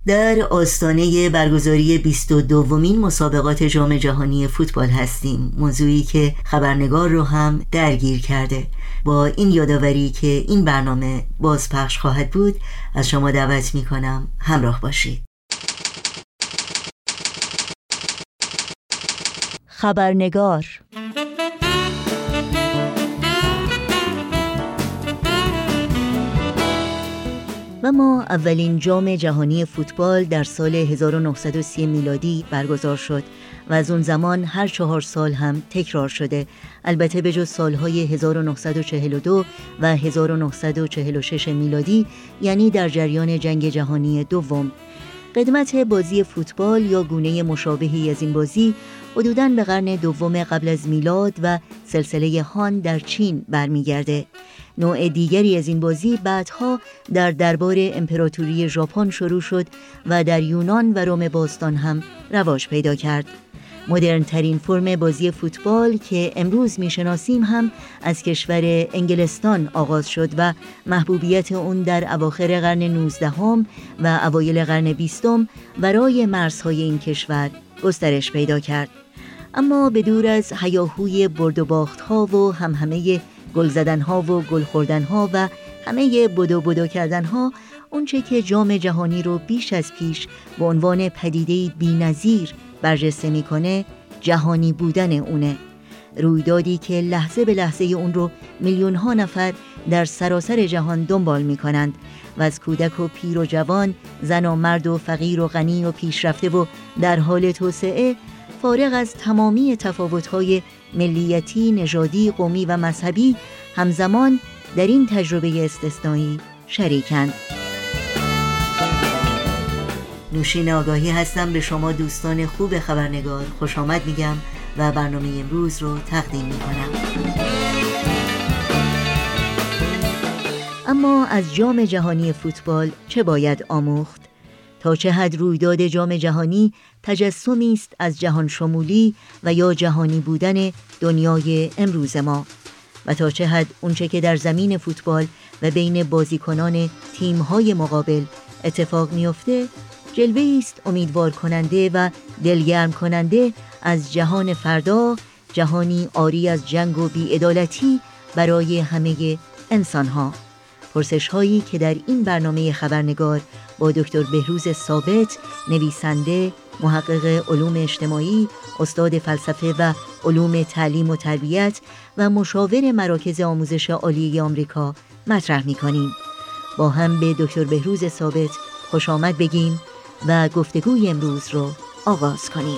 در آستانه برگزاری 22مین مسابقات جام جهانی فوتبال هستیم، موضوعی که خبرنگار رو هم درگیر کرده. با این یادآوری که این برنامه بازپخش خواهد بود، از شما دعوت می‌کنم همراه باشید. خبرنگار. و ما اولین جام جهانی فوتبال در سال 1930 میلادی برگزار شد و از اون زمان هر 4 سال هم تکرار شده، البته به جز سالهای 1942 و 1946 میلادی، یعنی در جریان جنگ جهانی دوم. قدمت بازی فوتبال یا گونه مشابهی از این بازی حدوداً به قرن دوم قبل از میلاد و سلسله هان در چین برمیگرده. نوع دیگری از این بازی بعدها در دربار امپراتوری ژاپن شروع شد و در یونان و روم باستان هم رواج پیدا کرد. مدرن ترین فرم بازی فوتبال که امروز میشناسیم هم از کشور انگلستان آغاز شد و محبوبیت اون در اواخر قرن 19 و اوایل قرن 20 برای مرزهای این کشور گسترش پیدا کرد. اما به دور از هیاهوی برد و باخت‌ها و همهمه گل زدن‌ها و گل خوردن‌ها و همه بدو کردن‌ها، اونچه که جام جهانی رو بیش از پیش به عنوان پدیده‌ای بی‌نظیر برجسته می‌کنه، جهانی بودن اونه. رویدادی که لحظه به لحظه اون رو میلیون‌ها نفر در سراسر جهان دنبال می‌کنند و از کودک و پیر و جوان، زن و مرد و فقیر و غنی و پیشرفته و در حال توسعه، فارغ از تمامی تفاوت‌های ملیتی، نژادی، قومی و مذهبی، همزمان در این تجربه استثنایی شریکند. نوشین آگاهی هستم، به شما دوستان خوب خبرنگار خوش آمد میگم و برنامه امروز رو تقدیم میکنم. اما از جام جهانی فوتبال چه باید آموخت؟ تا چه حد رویداد جام جهانی تجسمی است از جهان شمولی و یا جهانی بودن دنیای امروز ما، و تا چه حد اونچه که در زمین فوتبال و بین بازیکنان تیم‌های مقابل اتفاق میفته جلوه‌ای است امیدوار کننده و دلگرم کننده از جهان فردا، جهانی عاری از جنگ و بی‌عدالتی برای همه انسان‌ها. پرسش‌هایی که در این برنامه خبرنگار با دکتر بهروز ثابت، نویسنده، محقق علوم اجتماعی، استاد فلسفه و علوم تعلیم و تربیت و مشاور مراکز آموزش عالی آمریکا مطرح می‌کنیم. با هم به دکتر بهروز ثابت خوش آمد بگیم و گفتگوی امروز رو آغاز کنیم.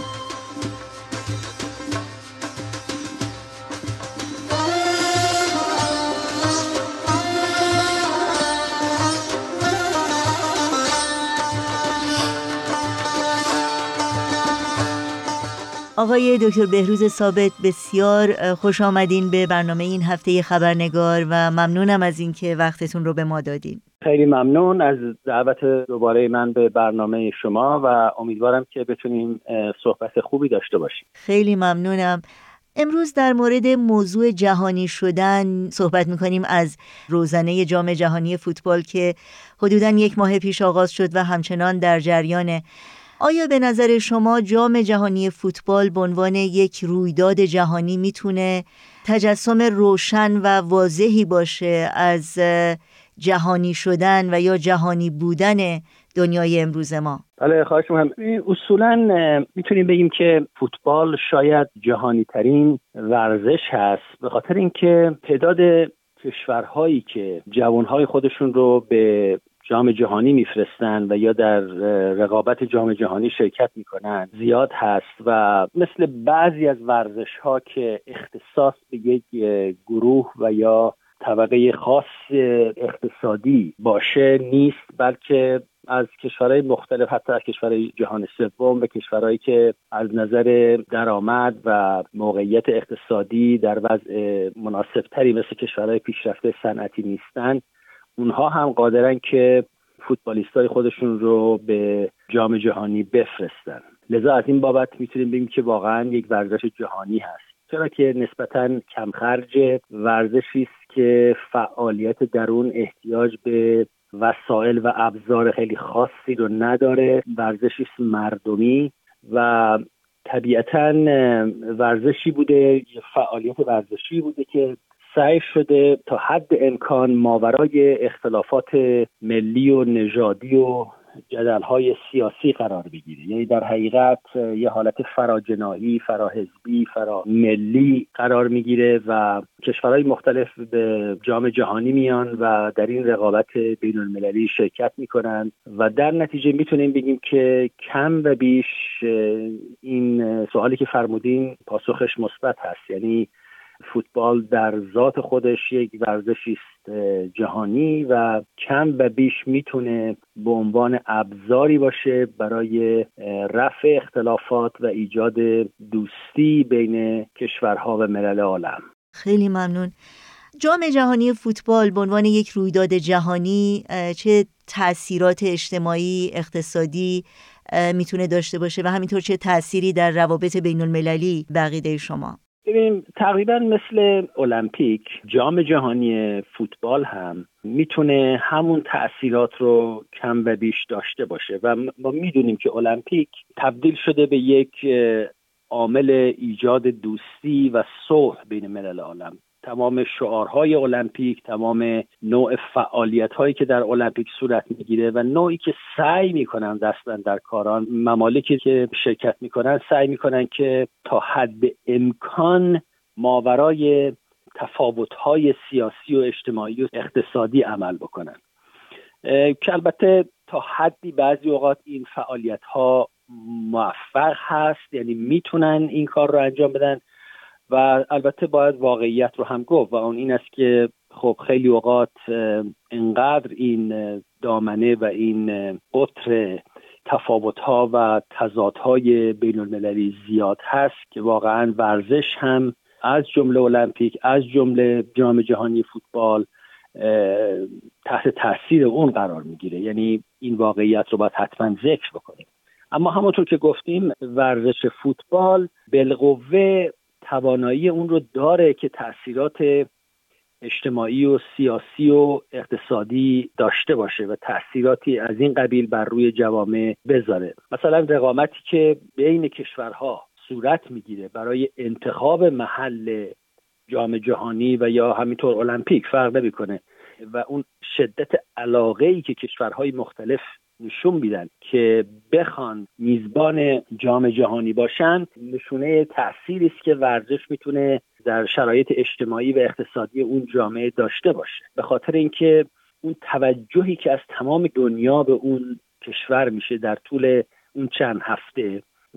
آقای دکتر بهروز ثابت، بسیار خوش آمدین به برنامه این هفته خبرنگار و ممنونم از اینکه وقتتون رو به ما دادین. خیلی ممنون از دعوت دوباره من به برنامه شما و امیدوارم که بتونیم صحبت خوبی داشته باشیم. خیلی ممنونم. امروز در مورد موضوع جهانی شدن صحبت می‌کنیم، از روزنه جام جهانی فوتبال که حدوداً 1 ماه پیش آغاز شد و همچنان در جریانه. آیا به نظر شما جام جهانی فوتبال به عنوان یک رویداد جهانی میتونه تجسم روشن و واضحی باشه از جهانی شدن و یا جهانی بودن دنیای امروز ما؟ بله، خواهش می‌کنم. اصولاً میتونیم بگیم که فوتبال شاید جهانی ترین ورزش هست، به خاطر اینکه تعداد کشورهایی که جوانهای خودشون رو به جام جهانی میفرستن و یا در رقابت جام جهانی شرکت میکنن زیاد هست و مثل بعضی از ورزش‌ها که اختصاص به یک گروه و یا طبقه خاص اقتصادی باشه نیست، بلکه از کشورهای مختلف، حتی از کشورهای جهان سوم و کشورهایی که از نظر درآمد و موقعیت اقتصادی در وضع مناسبتری مثل کشورهای پیشرفته صنعتی نیستن، اونها هم قادرن که فوتبالیستای خودشون رو به جام جهانی بفرستن. لذا از این بابت میتونیم بگیم که واقعا یک ورزش جهانی هست، چرا که نسبتاً کم خرج ورزشی است که فعالیت درون احتیاج به وسایل و ابزار خیلی خاصی رو نداره. ورزشی مردمی و طبیعتاً ورزشی بوده، فعالیت ورزشی بوده که سعی شده تا حد امکان ماورای اختلافات ملی و نژادی و جدل‌های سیاسی قرار بگیره. یعنی در حقیقت یه حالت فراجناحی، فراحزبی، فراملی قرار میگیره و کشورهای مختلف به جام جهانی میان و در این رقابت بین‌المللی شرکت میکنن و در نتیجه میتونیم بگیم که کم و بیش این سوالی که فرمودین پاسخش مثبت هست. یعنی فوتبال در ذات خودش یک ورزشی است جهانی و کم و بیش میتونه به عنوان ابزاری باشه برای رفع اختلافات و ایجاد دوستی بین کشورها و ملل عالم. خیلی ممنون. جام جهانی فوتبال به عنوان یک رویداد جهانی چه تأثیرات اجتماعی، اقتصادی میتونه داشته باشه و همینطور چه تأثیری در روابط بین المللی به عقیده شما؟ ببینیم تقریبا مثل المپیک، جام جهانی فوتبال هم میتونه همون تأثیرات رو کم و بیش داشته باشه و ما میدونیم که المپیک تبدیل شده به یک عامل ایجاد دوستی و صلح بین ملل عالم. تمام شعارهای المپیک، تمام نوع فعالیت‌هایی که در المپیک صورت میگیره و نوعی که سعی میکنن دست‌اندرکاران، ممالکی که شرکت میکنن سعی میکنن که تا حد امکان ماورای تفاوت‌های سیاسی و اجتماعی و اقتصادی عمل بکنن که البته تا حدی بعضی اوقات این فعالیت‌ها موفق هست، یعنی میتونن این کار رو انجام بدن و البته باید واقعیت رو هم گفت و اون این است که خب خیلی اوقات انقدر این دامنه و این قطر تفاوت‌ها و تضادهای بین المللی زیاد هست که واقعا ورزش هم از جمله المپیک، از جمله جام جهانی فوتبال تحت تاثیر اون قرار میگیره. یعنی این واقعیت رو باید حتما ذکر بکنیم. اما همونطور که گفتیم ورزش فوتبال بالقوه توانایی اون رو داره که تأثیرات اجتماعی و سیاسی و اقتصادی داشته باشه و تأثیراتی از این قبیل بر روی جوامع بذاره. مثلا رقابتی که بین کشورها صورت میگیره برای انتخاب محل جام جهانی و یا همینطور المپیک فرق نمیکنه و اون شدت علاقه‌ای که کشورهای مختلف نشون میدن که بخوان میزبان جام جهانی باشن نشونه تأثیری است که ورزش میتونه در شرایط اجتماعی و اقتصادی اون جامعه داشته باشه، به خاطر اینکه اون توجهی که از تمام دنیا به اون کشور میشه در طول اون چند هفته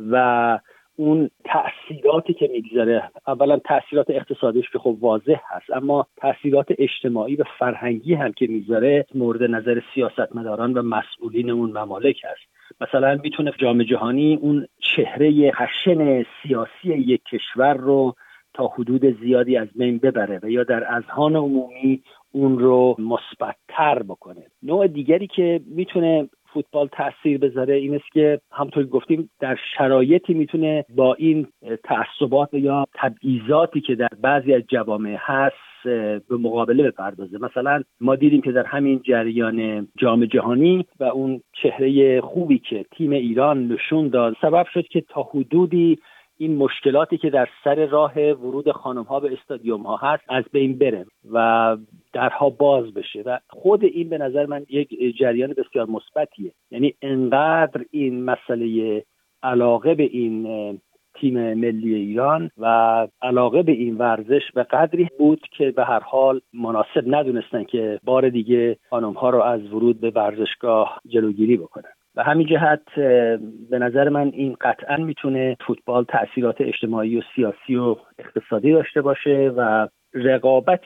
و اون تأثیراتی که میگذاره، اولا تأثیرات اقتصادیش که خب واضح هست، اما تأثیرات اجتماعی و فرهنگی هم که میگذاره مورد نظر سیاستمداران و مسئولین اون ممالک هست. مثلا میتونه جام جهانی اون چهره خشن سیاسی یک کشور رو تا حدود زیادی از بین ببره و یا در اذهان عمومی اون رو مثبت‌تر بکنه. نوع دیگری که میتونه فوتبال تأثیر بذاره این است که همونطور که گفتیم در شرایطی میتونه با این تعصبات یا تبعیضاتی که در بعضی از جوامع هست به مقابله بپردازه. مثلا ما دیدیم که در همین جریان جام جهانی و اون چهره خوبی که تیم ایران نشون داد سبب شد که تا حدودی این مشکلاتی که در سر راه ورود خانم‌ها به استادیوم‌ها هست از بین بره و درها باز بشه و خود این به نظر من یک جریان بسیار مثبتیه. یعنی انقدر این مسئله علاقه به این تیم ملی ایران و علاقه به این ورزش به قدری بود که به هر حال مناسب ندونستن که بار دیگه خانم‌ها رو از ورود به ورزشگاه جلوگیری بکنن. و همین جهت به نظر من این قطعا میتونه فوتبال تأثیرات اجتماعی و سیاسی و اقتصادی داشته باشه و رقابت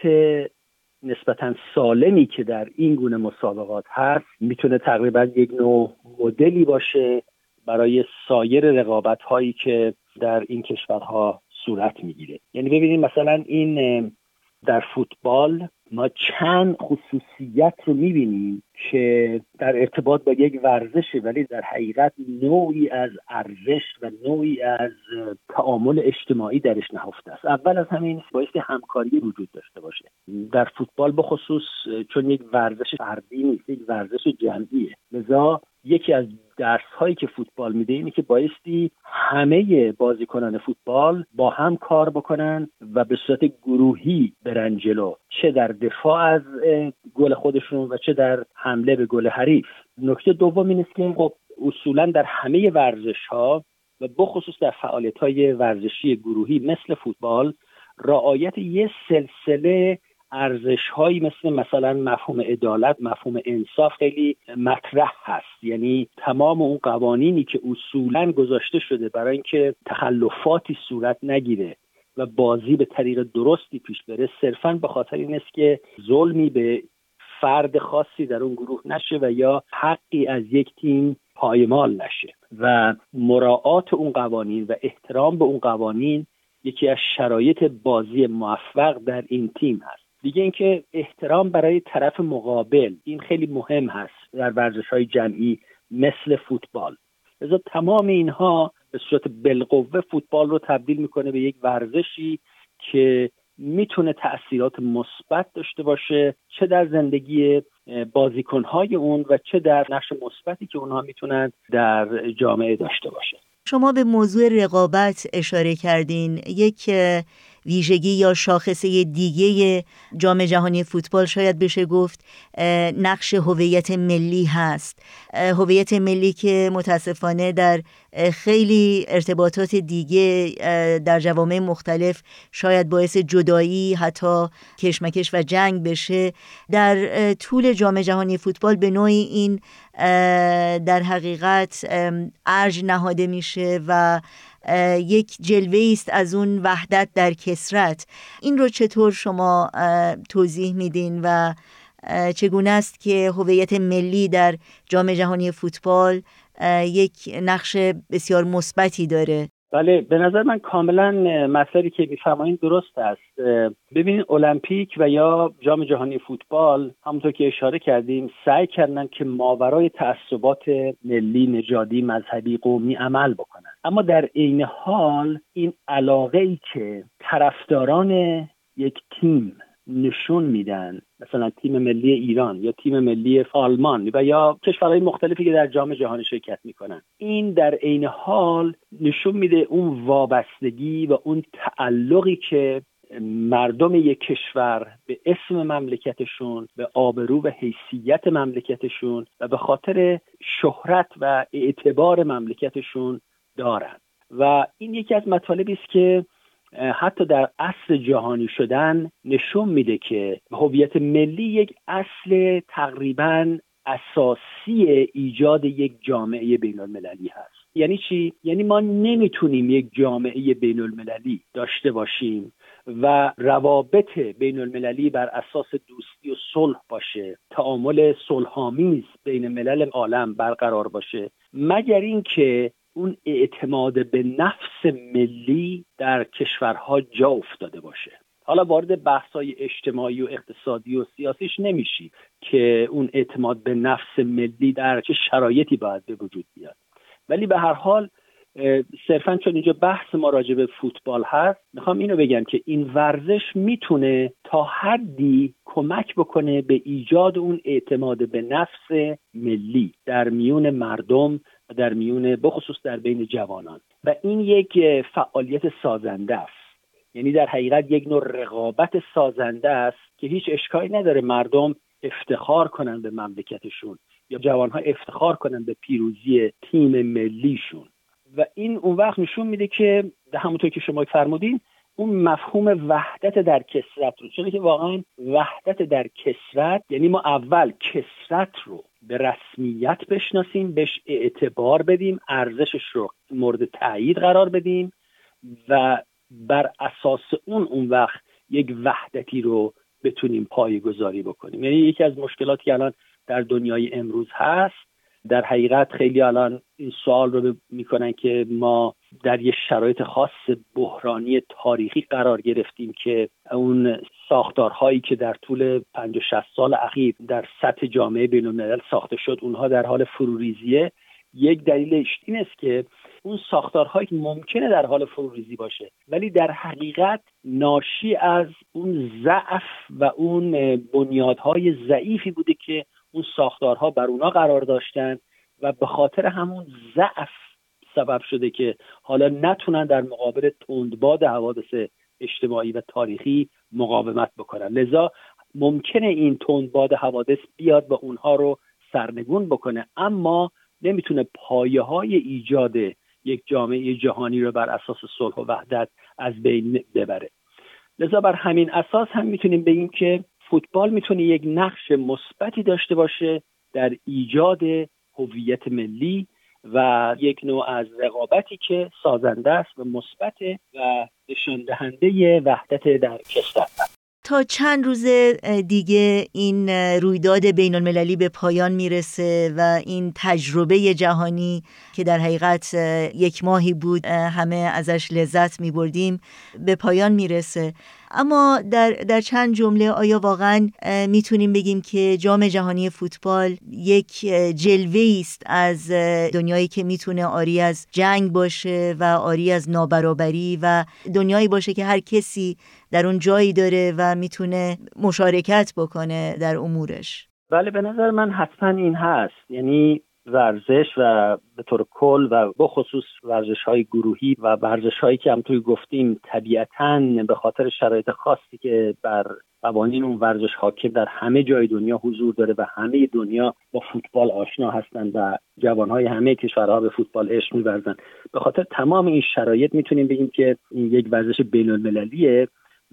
نسبتاً سالمی که در این گونه مسابقات هست میتونه تقریبا یک نوع مدلی باشه برای سایر رقابت‌هایی که در این کشورها صورت میگیره. یعنی ببینید مثلا این در فوتبال ما چند خصوصیت رو می‌بینیم که در ارتباط با یک ورزشه، ولی در حقیقت نوعی از ارزش و نوعی از تعامل اجتماعی درش نهفته است. اول از همه این بایستی همکاری وجود داشته باشه. در فوتبال به خصوص چون یک ورزش فردی نیست، یک ورزش جمعیه، لذا یکی از درس‌هایی که فوتبال میده اینه که بایستی همه بازیکنان فوتبال با هم کار بکنن و به صورت گروهی برن جلو، چه در دفاع از گل خودشون و چه در حمله به گل حریف. نکته دوم این است که خب اصولاً در همه ورزش‌ها و بخصوص در فعالیت‌های ورزشی گروهی مثل فوتبال رعایت یک سلسله ارزش‌هایی مثلا مفهوم عدالت، مفهوم انصاف خیلی مطرح هست. یعنی تمام اون قوانینی که اصولاً گذاشته شده برای اینکه تخلفاتی صورت نگیره و بازی به طریق درستی پیش بره، صرفاً به خاطر این است که ظلمی به فرد خاصی در اون گروه نشه و یا حقی از یک تیم پایمال نشه. و مراعات اون قوانین و احترام به اون قوانین یکی از شرایط بازی موفق در این تیم هست. دیگه اینکه احترام برای طرف مقابل، این خیلی مهم هست در ورزش‌های جمعی مثل فوتبال. لذا تمام اینها به صورت بالقوه فوتبال رو تبدیل میکنه به یک ورزشی که میتونه تأثیرات مثبت داشته باشه، چه در زندگی بازیکن‌های اون و چه در نقش مثبتی که اونها میتونن در جامعه داشته باشه. شما به موضوع رقابت اشاره کردین. یک ویژگی یا شاخصه دیگه جام جهانی فوتبال شاید بشه گفت نقش هویت ملی هست. هویت ملی که متاسفانه در خیلی ارتباطات دیگه در جوامع مختلف شاید باعث جدایی، حتی کشمکش و جنگ بشه. در طول جام جهانی فوتبال به نوعی این در حقیقت ارج نهاده میشه و یک جلوه‌ای است از اون وحدت در کثرت. این رو چطور شما توضیح میدین و چگونه است که هویت ملی در جام جهانی فوتبال یک نقش بسیار مثبتی داره؟ بله، به نظر من کاملا مسئله که میفرمایید درست است. ببینید المپیک و یا جام جهانی فوتبال همونطور که اشاره کردیم سعی کردن که ماورای تعصبات ملی، نژادی، مذهبی، قومی عمل بکنن، اما در عین حال این علاقه‌ای که طرفداران یک تیم نشون میدن، مثلا تیم ملی ایران یا تیم ملی آلمان و یا کشورهای مختلفی که در جام جهانی شرکت میکنن، این در عین حال نشون میده اون وابستگی و اون تعلقی که مردم یک کشور به اسم مملکتشون، به آبرو و حیثیت مملکتشون و به خاطر شهرت و اعتبار مملکتشون دارن. و این یکی از مطالبی است که حتی در عصر جهانی شدن نشون میده که هویت ملی یک اصل تقریباً اساسی ایجاد یک جامعه بین المللی هست. یعنی چی؟ یعنی ما نمیتونیم یک جامعه بین المللی داشته باشیم و روابط بین المللی بر اساس دوستی و صلح باشه، تعامل صلح‌آمیز بین ملل عالم برقرار باشه، مگر اینکه اون اعتماد به نفس ملی در کشورها جا افتاده باشه. حالا وارد بحث‌های اجتماعی و اقتصادی و سیاسیش نمیشی که اون اعتماد به نفس ملی در چه شرایطی باید به وجود بیاد، ولی به هر حال صرفاً چون اینجا بحث ما راجع به فوتبال هست، میخوام اینو بگم که این ورزش میتونه تا حدی کمک بکنه به ایجاد اون اعتماد به نفس ملی در میون مردم و در میون بخصوص در بین جوانان، و این یک فعالیت سازنده است. یعنی در حقیقت یک نوع رقابت سازنده است که هیچ اشکالی نداره مردم افتخار کنن به مملکتشون یا جوانها افتخار کنن به پیروزی تیم ملیشون، و این اون وقت نشون میده که همونطور که شما فرمودین اون مفهوم وحدت در کثرت رو، چون که واقعا وحدت در کثرت یعنی ما اول کثرت رو به رسمیت بشناسیم، بهش اعتبار بدیم، ارزشش رو مورد تأیید قرار بدیم و بر اساس اون وقت یک وحدتی رو بتونیم پایه‌گذاری بکنیم. یعنی یکی از مشکلاتی که الان در دنیای امروز هست، در حقیقت خیلی الان این سوال رو میکنن که ما در یه شرایط خاص بحرانی تاریخی قرار گرفتیم که اون ساختارهایی که در طول 50-60 سال اخیر در سطح جامعه بین‌الملل ساخته شد اونها در حال فروریزیه. یک دلیلش این است که اون ساختارهایی ممکنه در حال فروریزی باشه ولی در حقیقت ناشی از اون ضعف و اون بنیادهای ضعیفی بوده که اون ساختارها بر اونا قرار داشتن و به خاطر همون ضعف سبب شده که حالا نتونن در مقابل تندباد حوادث اجتماعی و تاریخی مقاومت بکنن. لذا ممکنه این تندباد حوادث بیاد و اونها رو سرنگون بکنه، اما نمیتونه پایه‌های ایجاد یک جامعه جهانی رو بر اساس صلح و وحدت از بین ببره. لذا بر همین اساس هم میتونیم بگیم که فوتبال میتونه یک نقش مثبتی داشته باشه در ایجاد هویت ملی و یک نوع از رقابتی که سازنده است و مثبت و نشان دهنده وحدت در کشور. تا چند روز دیگه این رویداد بین‌المللی به پایان میرسه و این تجربه جهانی که در حقیقت یک ماهی بود همه ازش لذت میبردیم به پایان میرسه. اما در چند جمله آیا واقعا میتونیم بگیم که جام جهانی فوتبال یک جلوه‌ای است از دنیایی که میتونه آری از جنگ باشه و آری از نابرابری و دنیایی باشه که هر کسی در اون جایی داره و میتونه مشارکت بکنه در امورش؟ بله، به نظر من حتما این هست. یعنی ورزش و به طور کل و بخصوص ورزش‌های گروهی و ورزش‌هایی که همونطور گفتیم طبیعتاً به خاطر شرایط خاصی که بر قوانین اون ورزش حاکم در همه جای دنیا حضور داره و همه دنیا با فوتبال آشنا هستند و جوان‌های همه کشورها به فوتبال عشق می‌ورزن. به خاطر تمام این شرایط میتونیم بگیم که این یک ورزش بین‌المللیه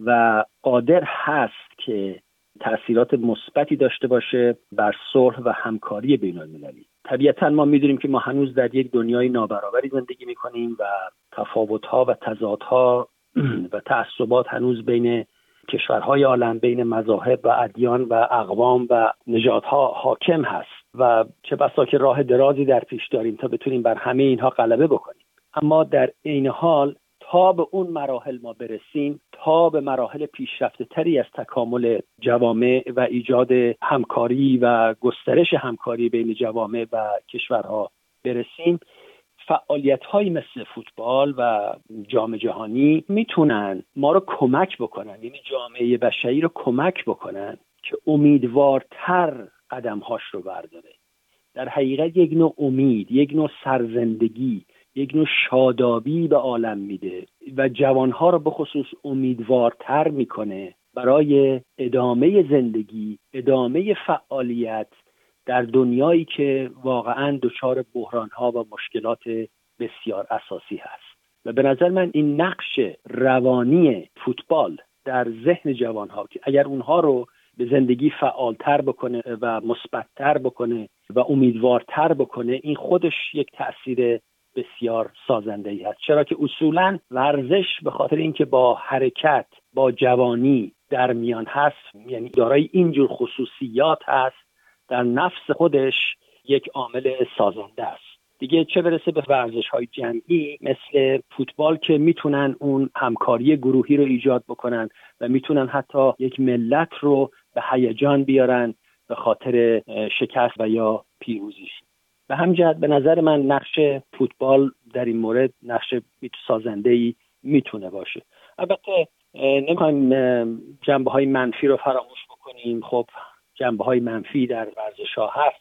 و قادر هست که تأثیرات مثبتی داشته باشه بر صلح و همکاری بین‌المللی. طبیعتاً ما می‌دونیم که ما هنوز در یک دنیای نابرابری زندگی می‌کنیم و تفاوت‌ها و تضادها و تعصبات هنوز بین کشورهای عالم، بین مذاهب و ادیان و اقوام و نژادها حاکم هست و چه بسا که راه درازی در پیش داریم تا بتونیم بر همه اینها غلبه بکنیم. اما در عین حال تا به اون مراحل ما برسیم، تا به مراحل پیشرفته تری از تکامل جوامع و ایجاد همکاری و گسترش همکاری بین جوامع و کشورها برسیم، فعالیت‌هایی مثل فوتبال و جام جهانی میتونن ما رو کمک بکنن، یعنی جامعه بشری رو کمک بکنن که امیدوارتر قدم‌هاش رو برداره. در حقیقت یک نوع امید، یک نوع سرزندگی، یک نوع شادابی به عالم میده و جوانها رو به خصوص امیدوارتر میکنه برای ادامه زندگی، ادامه فعالیت در دنیایی که واقعاً دچار بحران‌ها و مشکلات بسیار اساسی هست. و به نظر من این نقش روانی فوتبال در ذهن جوانها که اگر اونها رو به زندگی فعالتر بکنه و مثبت‌تر بکنه و امیدوارتر بکنه، این خودش یک تأثیر بسیار سازنده‌ای هست. چرا که اصولاً ورزش به خاطر اینکه با حرکت، با جوانی در میان هست، یعنی دارای اینجور خصوصیات هست، در نفس خودش یک عامل سازنده است. دیگه چه برسه به ورزش‌های جمعی مثل فوتبال که میتونن اون همکاری گروهی رو ایجاد بکنن و میتونن حتی یک ملت رو به هیجان بیارن به خاطر شکست و یا پیروزیش. به همین جهت به نظر من نقش فوتبال در این مورد نقش سازنده‌ای میتونه باشه. البته نمی‌خوایم جنبه‌های منفی رو فراموش بکنیم. خب جنبه‌های منفی در ورزش‌ها هست،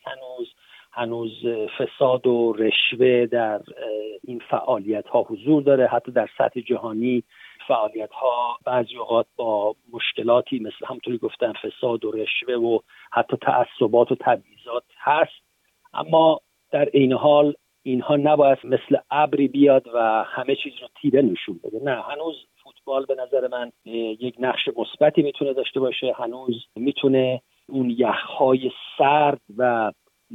هنوز فساد و رشوه در این فعالیت‌ها حضور داره. حتی در سطح جهانی فعالیت‌ها بعضی اوقات با مشکلاتی مثل همونطوری گفتم فساد و رشوه و حتی تعصبات و تبعیضات هست. اما در عین حال اینها نباید مثل ابری بیاد و همه چیز رو تیره نشون بده. نه، هنوز فوتبال به نظر من یک نقش مثبتی میتونه داشته باشه. هنوز میتونه اون یخهای سرد و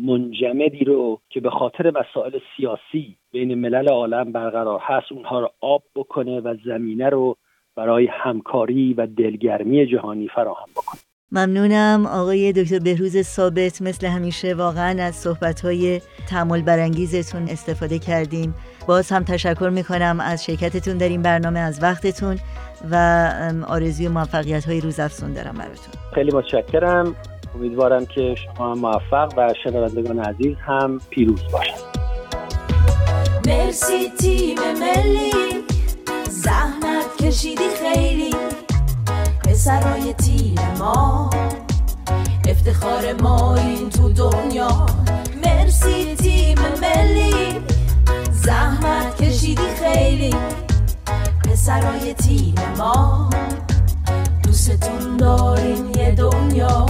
منجمدی رو که به خاطر مسائل سیاسی بین ملل عالم برقرار هست اونها رو آب بکنه و زمینه رو برای همکاری و دلگرمی جهانی فراهم بکنه. ممنونم آقای دکتر بهروز ثابت، مثل همیشه واقعا از صحبت‌های تأمل برانگیزتون استفاده کردیم. باز هم تشکر میکنم از شرکتتون در این برنامه، از وقتتون و آرزوی موفقیت‌های روزافزون دارم براتون. خیلی متشکرم. امیدوارم که شما هم موفق و شنوندگان عزیز هم پیروز باشند. مرسی تیم ملی، زحمت کشیدی خیلی، پسرای تیم ما افتخار ما این تو دنیا. مرسی تیم ملی، زحمت کشیدی خیلی، پسرای تیم ما دوستتون داریم یه دنیا.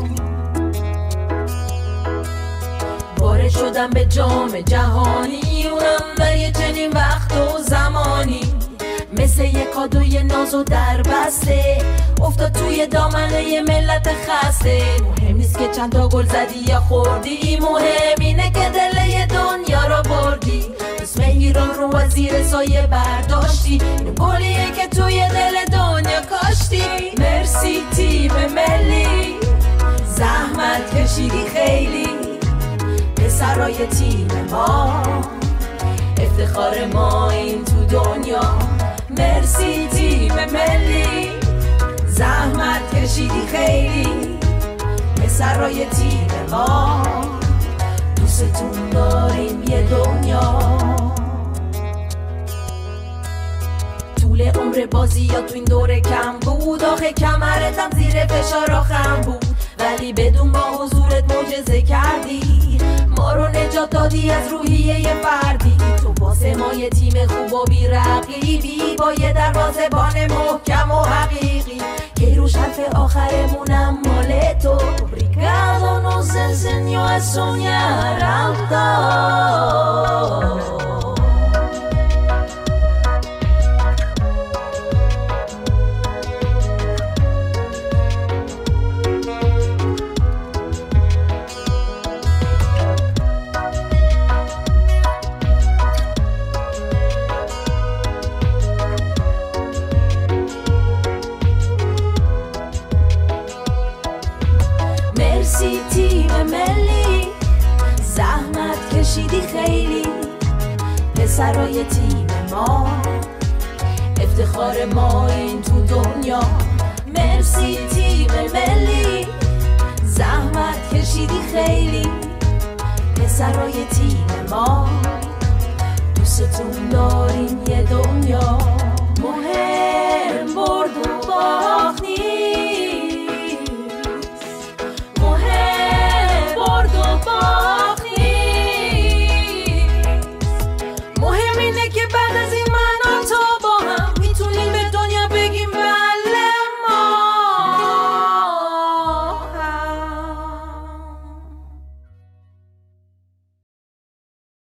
وارد شدم به جام جهانی، اونم در یه چنین وقت و زمانی، مثل یک کادوی ناز و در بسته افتاد توی دامنه ملت خسته. مهم نیست که چند تا گل زدی یا خوردی، مهم اینه که دل دنیا را بردی. اسم ایران رو از زیر سایه برداشتی، این گلیه که توی دل دنیا کاشتی. مرسی تیم ملی، زحمت کشیدی خیلی، پسرای تیم ما افتخار ما این تو دنیا. مرسی تیم ملی، زحمت کشیدی خیلی، پسرای تیم ما دوستتون داریم یه دنیا. طول عمر بازی یا تو این دوره کم بود، آخه کمرتم زیر فشار خم بود، ولی بدون با حضورت معجزه کردی، ما رو نجات دادی از روحیه فردی. تو واسه ما یه تیم خوب و بی رقیبی، با یه دروازه‌بان محکم و حقیقی، که روش حرف آخرمونم مال تو. Obrigado nos enseñó a soñar alto. مرسی تیم ملی، زحمت کشیدی خیلی، پسرای تیم ما افتخار ما این تو دنیا. مرسی تیم ملی، زحمت کشیدی خیلی، پسرای تیم ما دوستتون داریم یه دنیا.